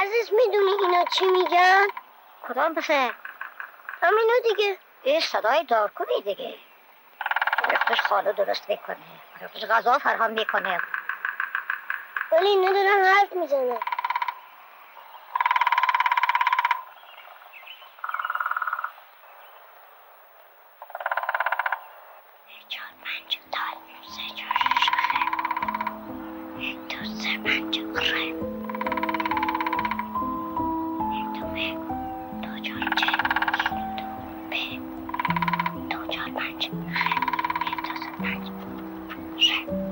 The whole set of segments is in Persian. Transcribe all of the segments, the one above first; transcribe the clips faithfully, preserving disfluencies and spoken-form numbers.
عزیز میدونی اینا چی میگن؟ کدام پسر؟ همینو دیگه. این صدای دارکوبی دیگه. رفتش خالو درست میکنه، رفتش غذا فراهم میکنه. ولی اینا دارن حرف میزنن. چهار پنج دال سه چهار شش خیلی یک دو سه پنج خیلی یک دو به دو چهار چه دو به دو چهار پنج خیلی یک دو سه پنج خیلی.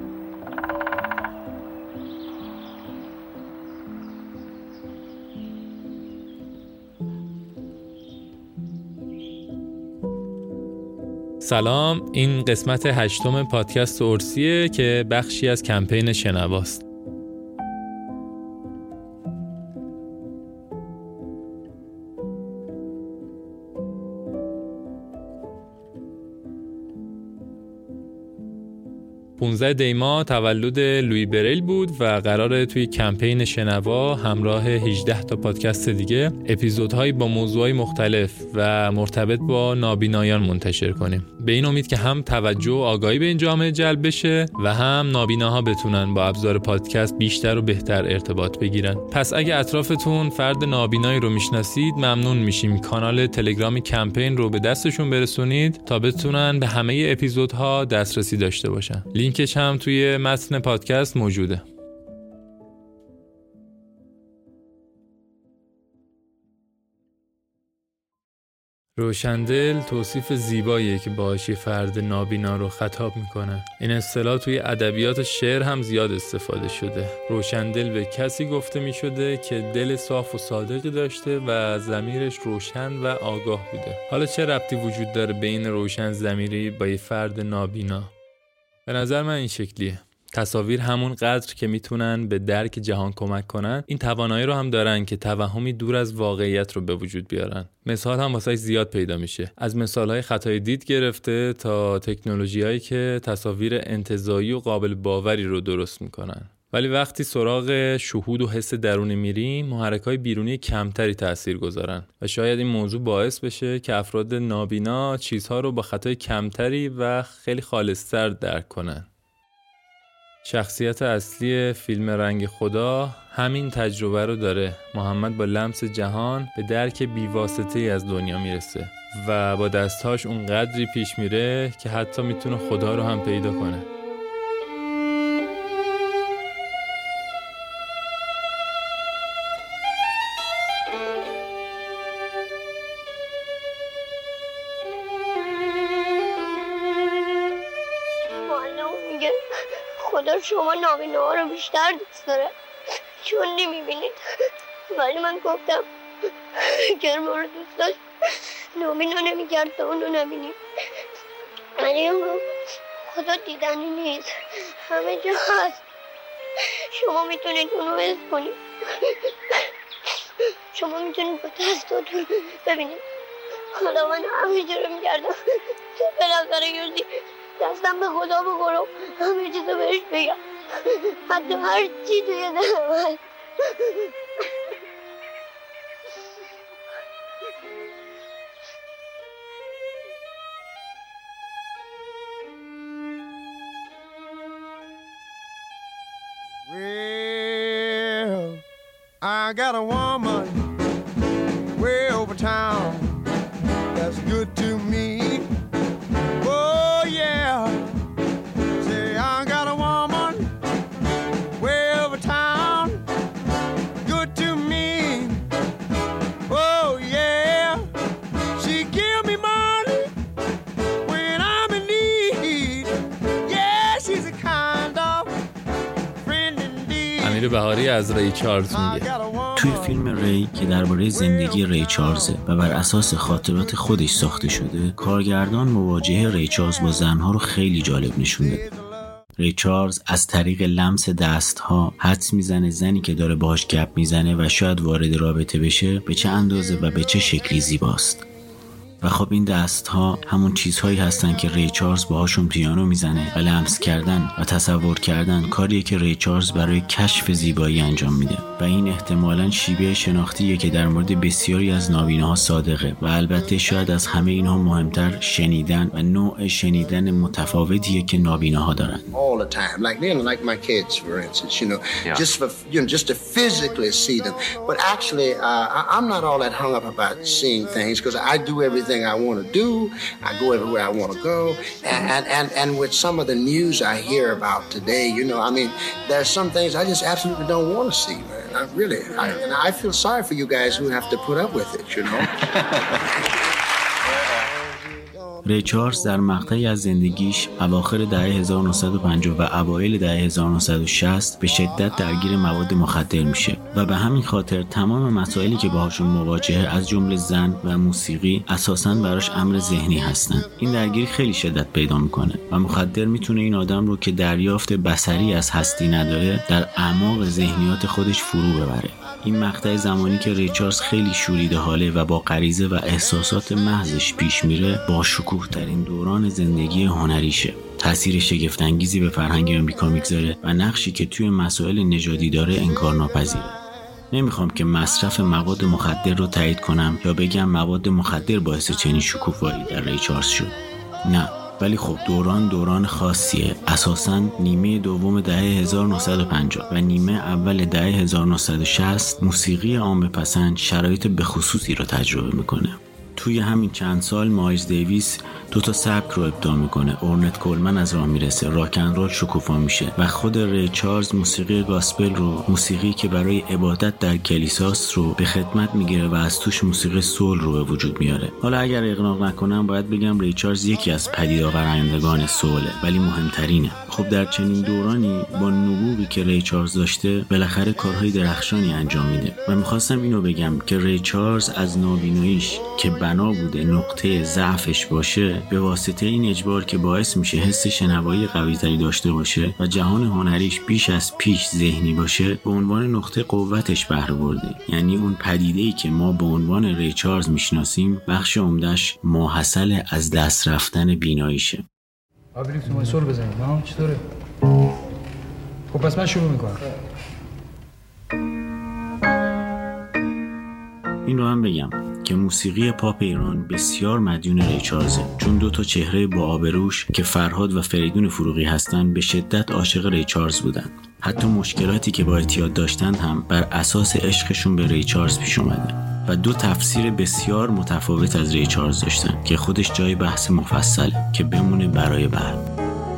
سلام، این قسمت هشتم پادکست ارسیه که بخشی از کمپین شنواست. پانزده دی ماه تولد لویی بریل بود و قراره توی کمپین شنوا همراه هجده تا پادکست دیگه اپیزودهایی با موضوعای مختلف و مرتبط با نابینایان منتشر کنیم. به این امید که هم توجه و آگاهی به این جامعه جلب بشه و هم نابیناها بتونن با ابزار پادکست بیشتر و بهتر ارتباط بگیرن. پس اگه اطرافتون فرد نابینایی رو میشناسید، ممنون میشیم کانال تلگرام کمپین رو به دستشون برسونید تا بتونن به همه اپیزودها دسترسی داشته باشن. لینکش هم توی متن پادکست موجوده. روشندل توصیف زیباییه که باهاش یه فرد نابینا رو خطاب میکنه. این اصطلاح توی ادبیات شعر هم زیاد استفاده شده. روشندل به کسی گفته میشده که دل صاف و صادقی داشته و ضمیرش روشن و آگاه بوده. حالا چه ربطی وجود داره بین روشن ضمیری با یه فرد نابینا؟ به نظر من این شکلیه. تصاویر همون قدر که میتونن به درک جهان کمک کنن، این توانایی رو هم دارن که توهمی دور از واقعیت رو به وجود بیارن. مثال هم واسه زیاد پیدا میشه. از مثالهای خطای دید گرفته تا تکنولوژیایی که تصاویر انتزاعی و قابل باوری رو درست میکنن. ولی وقتی سراغ شهود و حس درونی میریم، محرک‌های بیرونی کمتری تأثیر گذارن و شاید این موضوع باعث بشه که افراد نابینا چیزها رو با خطای کمتری و خیلی خالص‌تر درک کنن. شخصیت اصلی فیلم رنگ خدا همین تجربه رو داره. محمد با لمس جهان به درک بیواسطه‌ای از دنیا میرسه و با دستهاش اون قدری پیش میره که حتی میتونه خدا رو هم پیدا کنه. خدا شما نابینا ها رو بیشتر دوست داره چون نمیبینید، ولی من گفتم اگر ما رو دوست داشت نابینا نمیکرد تا اونو نبینیم. ولی اون گفت خدا دیدنی نیست، همه جا هست، شما میتونید اونو حس کنید، شما میتونید با دستاتون ببینید. حالا من همه جا رو میکردم تو بالاخره یوزی دستم به خدا بخورم همه چیزو بهش بگم، حتی هر چی توی دلم هست. Well, I got a woman way over town that's good to me. Oh yeah, say I got a woman way over town, good to me. Oh yeah, she give me money when I'm in need. Yeah, she's a kind of friend indeed. امیر بهاری از ری چارلز میگه. توی فیلم ری که درباره زندگی ری چارلز و بر اساس خاطرات خودش ساخته شده، کارگردان مواجهه ری چارلز با زنها رو خیلی جالب نشون داده. ری چارلز از طریق لمس دستها حدس میزنه زنی که داره باهاش گپ میزنه و شاید وارد رابطه بشه به چه اندازه و به چه شکلی زیباست. و خب این دست‌ها همون چیزهایی هستن که ری چارلز باهاشون پیانو میزنه و لمس کردن و تصور کردن کاریه که ری چارلز برای کشف زیبایی انجام میده و این احتمالاً شیوه شناختیه که در مورد بسیاری از نابیناها صادقه و البته شاید از همه اینها مهمتر شنیدن و نوع شنیدن متفاوتیه که نابیناها دارن. All the time, like you know, like my kids, for instance, you know, yeah. just for you know, just to physically see them. But actually, uh, I, I'm not all that hung up about seeing things because I do everything I want to do. I go everywhere I want to go, and and and with some of the news I hear about today, you know, I mean, there's some things I just absolutely don't want to see, man. I really, I, and I feel sorry for you guys who have to put up with it, you know. ری چارلز در مقطعی از زندگیش اواخر دهه هزار و نهصد و پنجاه و اوایل دهه هزار و نهصد و شصت به شدت درگیر مواد مخدر میشه و به همین خاطر تمام مسائلی که باهاشون مواجهه از جمله زن و موسیقی اساساً براش امر ذهنی هستن. این درگیری خیلی شدت پیدا میکنه و مخدر میتونه این آدم رو که دریافت بصری از هستی نداره در اعماق ذهنیات خودش فرو ببره. این مقطع زمانی که ری چارلز خیلی شوریده حاله و با غریزه و احساسات محضش پیش میره با شکوه ترین دوران زندگی هنریشه. تأثیر شگفت انگیزی به فرهنگ آمریکا میگذاره و نقشی که توی مسائل نژادی داره انکارناپذیره. نمیخوام که مصرف مواد مخدر رو تایید کنم یا بگم مواد مخدر باعث چنین شکوفایی در ری چارلز شد. نه، ولی خب دوران دوران خاصیه. اساساً نیمه دوم دهه هزار و نهصد و پنجاه و نیمه اول دهه هزار و نهصد و شصت موسیقی عامه پسند شرایط بخصوصی رو تجربه میکنه. توی همین چند سال مایلز دیویس دو تا سبک رو ابداع میکنه. اورنت کولمن از راه میرسه، راک اند رول شکوفا میشه و خود ری چارلز موسیقی گاسپل رو، موسیقی که برای عبادت در کلیساست، رو به خدمت میگیره و از توش موسیقی سول رو به وجود میاره. حالا اگر اغراق نکنم باید بگم ری چارلز یکی از پدیدآورندگان سوله، ولی مهمترینه. خب در چنین دورانی با نبوغی که ری چارلز داشته بالاخره کارهای درخشانی انجام میده و میخواستم اینو بگم که ری چارلز از نابیناییش که بنا بوده نقطه ضعفش باشه به واسطه این اجبار که باعث میشه حس شنوایی قوی‌تری داشته باشه و جهان هنریش بیش از پیش ذهنی باشه به عنوان نقطه قوتش بهره برده. یعنی اون پدیده‌ای که ما به عنوان ری چارلز میشناسیم بخش عمده‌اش ماحصل از دست رفتن بیناییشه. بریم تو مایسول بزنیم. ها چطوره؟ خب پس من شروع میکنم. این رو هم بگم که موسیقی پاپ ایران بسیار مدیون ری چارلزه، چون دو تا چهره با آبروش که فرهاد و فریدون فروغی هستن به شدت عاشق ری چارلز بودن. حتی مشکلاتی که با اعتیاد داشتن هم بر اساس عشقشون به ری چارلز پیش اومده و دو تفسیر بسیار متفاوت از ری چارلز داشتن که خودش جای بحث مفصل که بمونه برای بعد.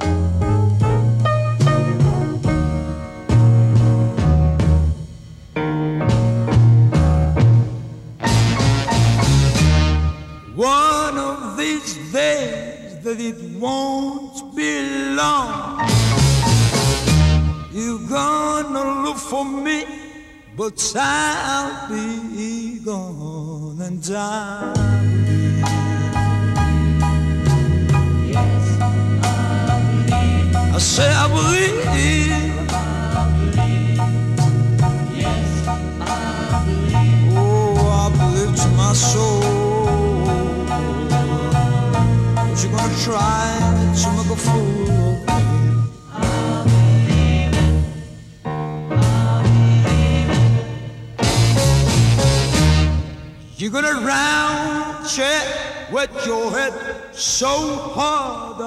One of these days that it won't be long, you're gonna look for me, but I'll be gone and I'll believe. Yes, I believe. I say I believe. I believe. Yes, I believe. Oh, I believe to my soul. You're gonna try to make a fool of me. I believe it. I believe it. You're gonna round check with your head so hard.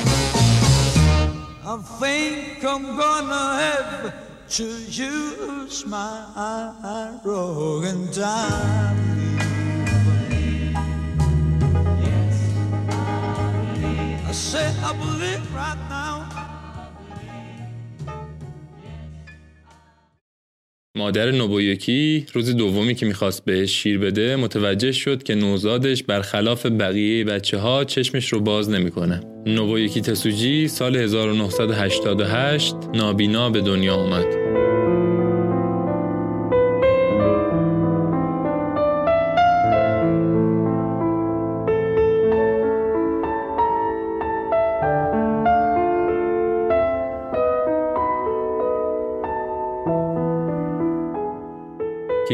I think I'm gonna have to use my rug and die. مادر نوبویوکی روز دومی که میخواست بهش شیر بده متوجه شد که نوزادش برخلاف بقیه بچه ها چشمش رو باز نمیکنه. نوبویوکی تسوجی سال هزار و نهصد و هشتاد و هشت نابینا به دنیا اومد.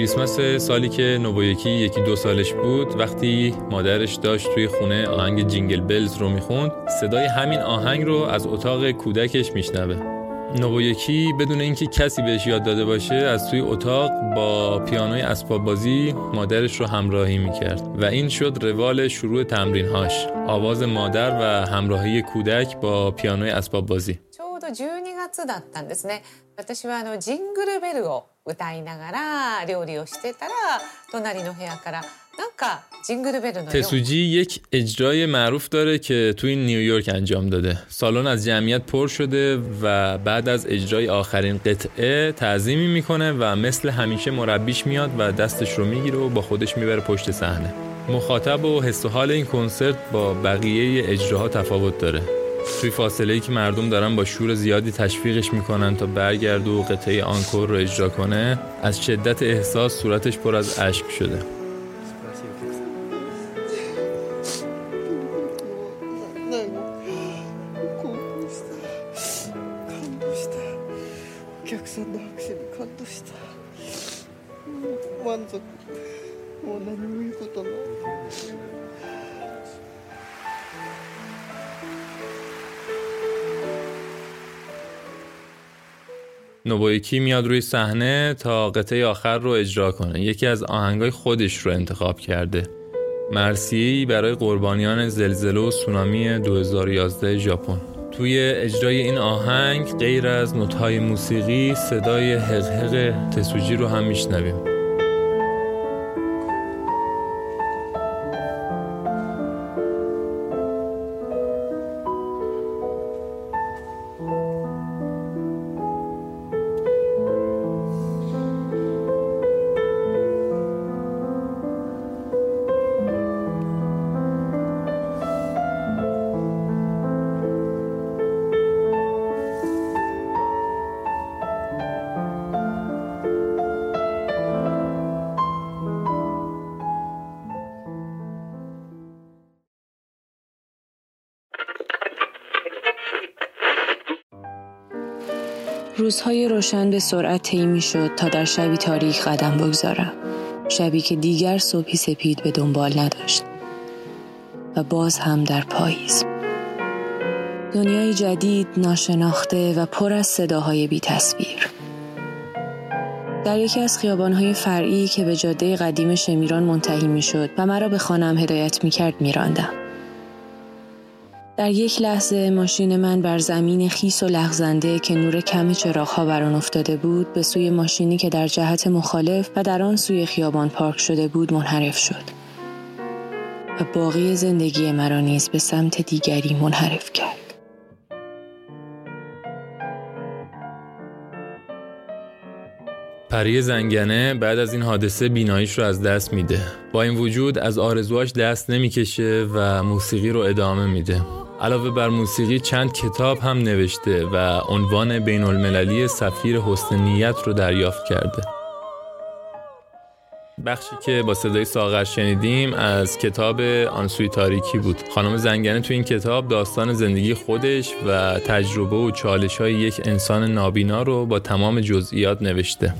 کریسمس سالی که نوبویکی یکی دو سالش بود، وقتی مادرش داشت توی خونه آهنگ جینگل بلز رو میخوند، صدای همین آهنگ رو از اتاق کودکش میشنوه. نوبویکی بدون اینکه کسی بهش یاد داده باشه از توی اتاق با پیانوی اسباب بازی مادرش رو همراهی میکرد و این شد روال شروع تمرین‌هاش، آواز مادر و همراهی کودک با پیانوی اسباب بازی. ちょうどじゅうにがつだったんですね。私はあのジングルベルを歌いながら料理をしてたら隣の部屋からなんかジングルベルのよう。 تسوجی یک اجرای معروف داره که توی نیویورک انجام داده. سالن از جمعیت پر شده و بعد از اجرای آخرین قطعه تعظیمی میکنه و مثل همیشه مربیش میاد و دستش رو میگیره و با خودش میبره پشت صحنه. مخاطب و حس و حال این کنسرت با بقیه اجراها تفاوت داره. توی فاصله‌ای که مردم دارن با شور زیادی تشویقش میکنن تا برگرد و قطعه آنکور رو اجرا کنه، از شدت احساس صورتش پر از اشک شده. 'نوبویکی میاد روی صحنه تا قطعه آخر رو اجرا کنه. یکی از آهنگای خودش رو انتخاب کرده. مرثیه‌ای برای قربانیان زلزله و سونامی دو هزار و یازده ژاپن. توی اجرای این آهنگ غیر از نوت‌های موسیقی صدای حقحق تسوجی رو هم میشنویم. روزهای روشن به سرعت طی می‌شد تا در شبی تاریک قدم بگذارم. شبی که دیگر صبحی سپید به دنبال نداشت. و باز هم در پاییز. دنیای جدید، ناشناخته و پر از صداهای بی تصویر. در یکی از خیابان‌های فرعی که به جاده قدیم شمیران منتهی می‌شد و مرا به خانه‌ام هدایت می‌کرد می‌راندم. در یک لحظه ماشین من بر زمین خیس و لغزنده که نور کم چراغ‌ها بر آن افتاده بود به سوی ماشینی که در جهت مخالف و در آن سوی خیابان پارک شده بود منحرف شد و باقی زندگی مرا نیز به سمت دیگری منحرف کرد. پری زنگنه بعد از این حادثه بیناییش رو از دست میده. با این وجود از آرزوهاش دست نمیکشه و موسیقی رو ادامه میده. علاوه بر موسیقی چند کتاب هم نوشته و عنوان بین المللی سفیر حسن نیت رو دریافت کرده. بخشی که با صدای ساغر شنیدیم از کتاب آن سوی تاریکی بود. خانم زنگنه تو این کتاب داستان زندگی خودش و تجربه و چالش‌های یک انسان نابینا رو با تمام جزئیات نوشته.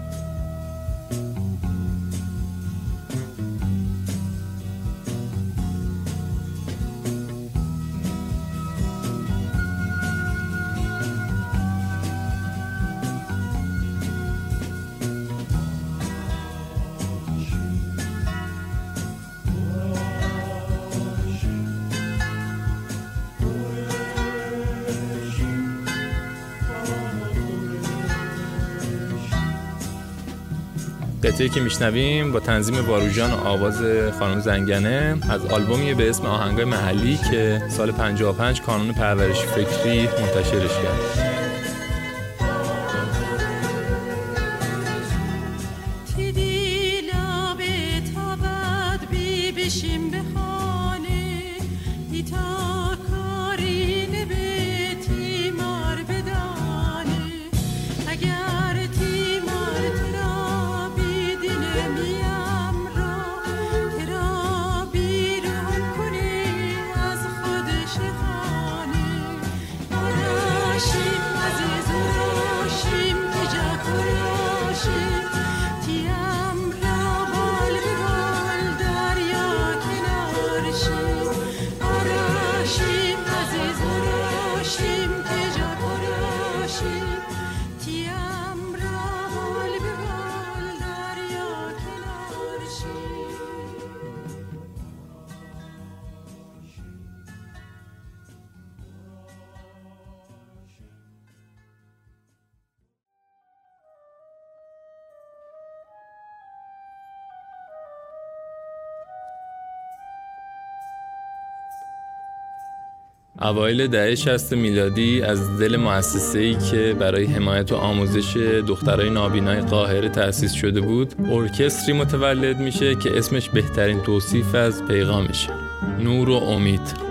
قطعه‌ای که میشنویم با تنظیم باروژان و آواز خانم زنگنه از آلبومی به اسم آهنگای محلی که سال پنجاه و پنج کانون پرورش فکری منتشرش کرد. Ti amo اوایل دهه شصت میلادی از دل مؤسسه‌ای که برای حمایت و آموزش دخترای نابینای قاهره تأسیس شده بود، ارکستری متولد میشه که اسمش بهترین توصیف از پیغامشه: نور و امید.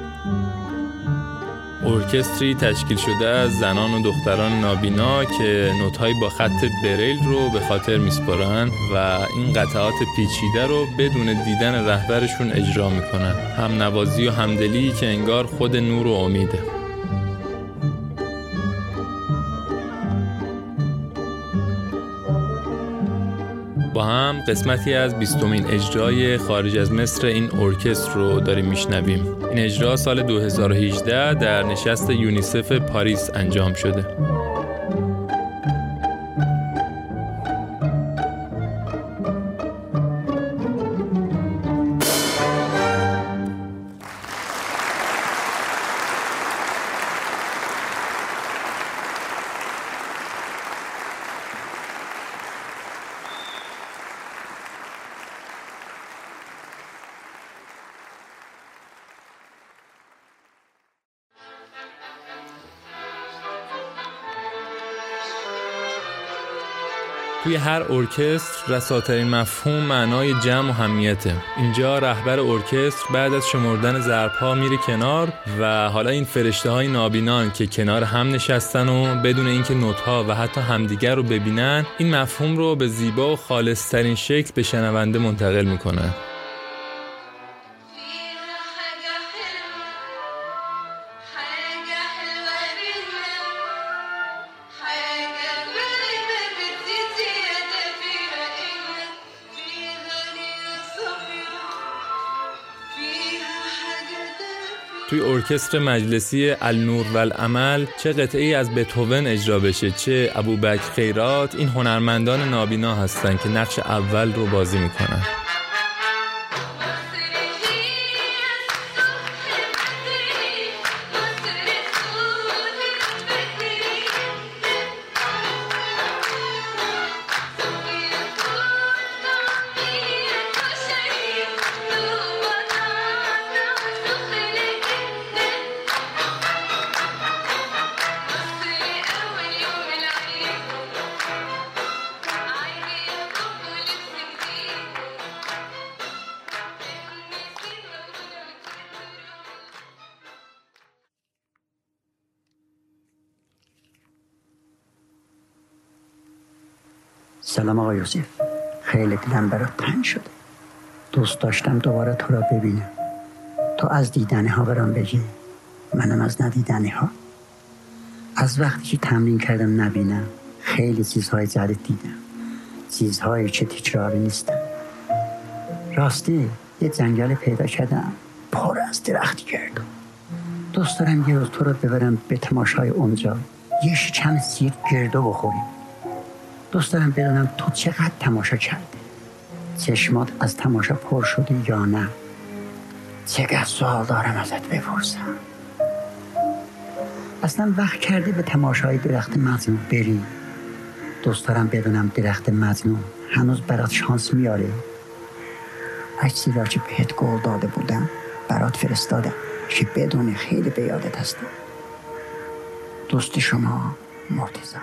ارکستری تشکیل شده از زنان و دختران نابینا که نوت‌های با خط بریل رو به خاطر میسپارن و این قطعات پیچیده رو بدون دیدن رهبرشون اجرا میکنن. هم نوازی و همدلی که انگار خود نور و امیده. با هم قسمتی از بیستمین اجرای خارج از مصر این ارکستر رو داریم میشنویم. این اجرا سال دو هزار و هجده در نشست یونیسف پاریس انجام شده. توی هر ارکستر رساترین مفهوم معنای جمع و همیته. اینجا رهبر ارکستر بعد از شمردن ضرب‌ها میره کنار و حالا این فرشته‌های نابینان که کنار هم نشستن و بدون اینکه نوت‌ها و حتی همدیگر رو ببینن، این مفهوم رو به زیبا و خالص‌ترین شکل به شنونده منتقل میکنن. توی ارکستر مجلسی النور و العمل چه قطعه‌ای از بتهوون اجرا بشه، چه ابوبکر خیرات، این هنرمندان نابینا هستن که نقش اول رو بازی میکنن. سلام آقا یوسف، خیلی دلم برات تنگ شده. دوست داشتم دوباره تو را ببینم. تو از دیدنی ها برام بگی، منم از ندیدنی ها. از وقتی که تمرین کردم نبینم خیلی چیزهای جدید دیدم، چیزهایی که تکراری نیستن. راستی یه جنگل پیدا کردم پر از درخت گردو. دوست دارم یه روز تو را ببرم به تماشای اونجا، یه شکم سیر گردو بخوریم. دوست دارم بدونم تو چقدر تماشا کردی، چشمات از تماشا پر شده یا نه. چقدر سوال دارم ازت بپرسم. اصلا وقت کردی به تماشای درخت مجنون بری؟ دوست دارم بدونم درخت مجنون هنوز برات شانس میاره. عکسی را که بهت گل داده بودم برات فرستادم که بدون خیلی به یادت هستم. دوست شما مرتضی.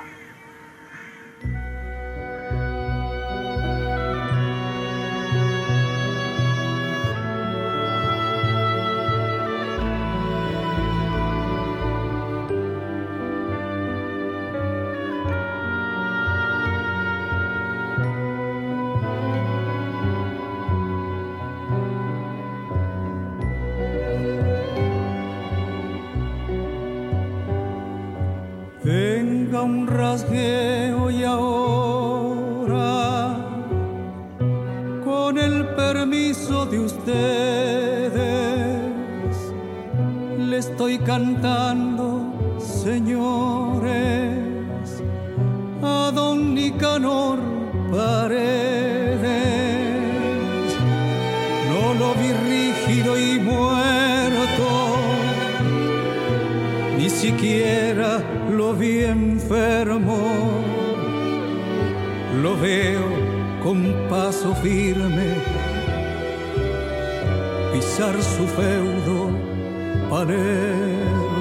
Venga un rasgueo y ahora, con el permiso de ustedes, le estoy cantando, señores, a don Nicanor Paredes. No lo vi rígido y muerto, ni siquiera lo vi enfermo. Lo veo con paso firme pisar su feudo Palermo.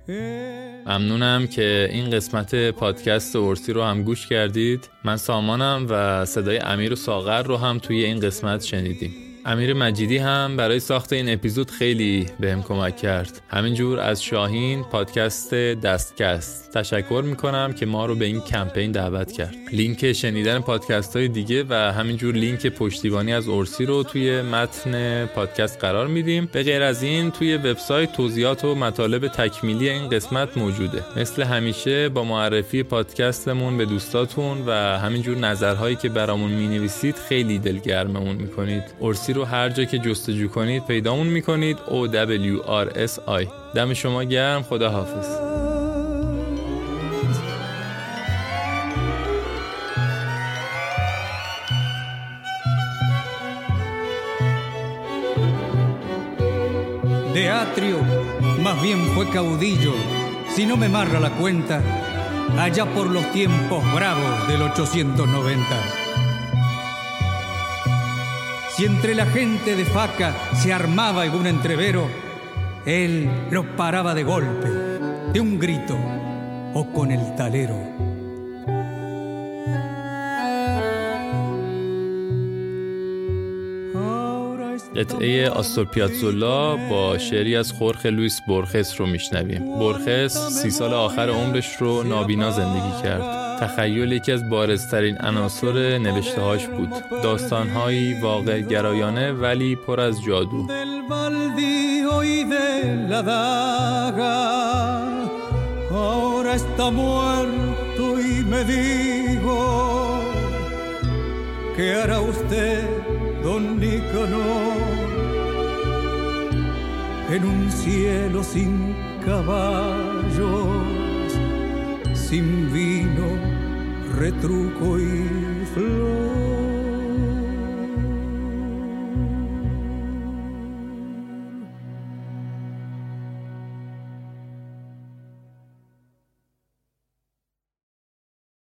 ممنونم که این قسمت پادکست ارسی رو هم گوش کردید. من سامانم و صدای امیر و ساغر رو هم توی این قسمت شنیدیم. امیر مجیدی هم برای ساخت این اپیزود خیلی بهم کمک کرد. همینجور از شاهین پادکست دستکست تشکر میکنم که ما رو به این کمپین دعوت کرد. لینک شنیدن پادکست های دیگه و همینجور لینک پشتیبانی از ارسی رو توی متن پادکست قرار میدیم. به غیر از این توی وبسایت توضیحات و مطالب تکمیلی این قسمت موجوده. مثل همیشه با معرفی پادکستمون به دوستاتون و همینجور نظرهایی که برامون مینویسید خیلی دلگرممون میکنید. ارسی رو هر جا که جستجو کنید پیدامون میکنید. او دبلیو آر اس آی. دم شما گرم. خدا حافظ. De Atrio, más bien fue caudillo, si no me marra la cuenta, allá por los tiempos bravos del ochocientos noventa. Si entre la gente de Faca se armaba algún entrevero, él los paraba de golpe, de un grito o con el talero. قطعه آستور پیاتزولا با شعری از خورخه لوئیس بورخس رو میشنویم. بورخس سی سال آخر عمرش رو نابینا زندگی کرد. تخیل یکی از بارزترین عناصر نوشته‌هاش بود. داستان‌هایی واقع گرایانه ولی پر از جادو. Don Nicanor, en un cielo sin caballos, sin vino, retruco y flor.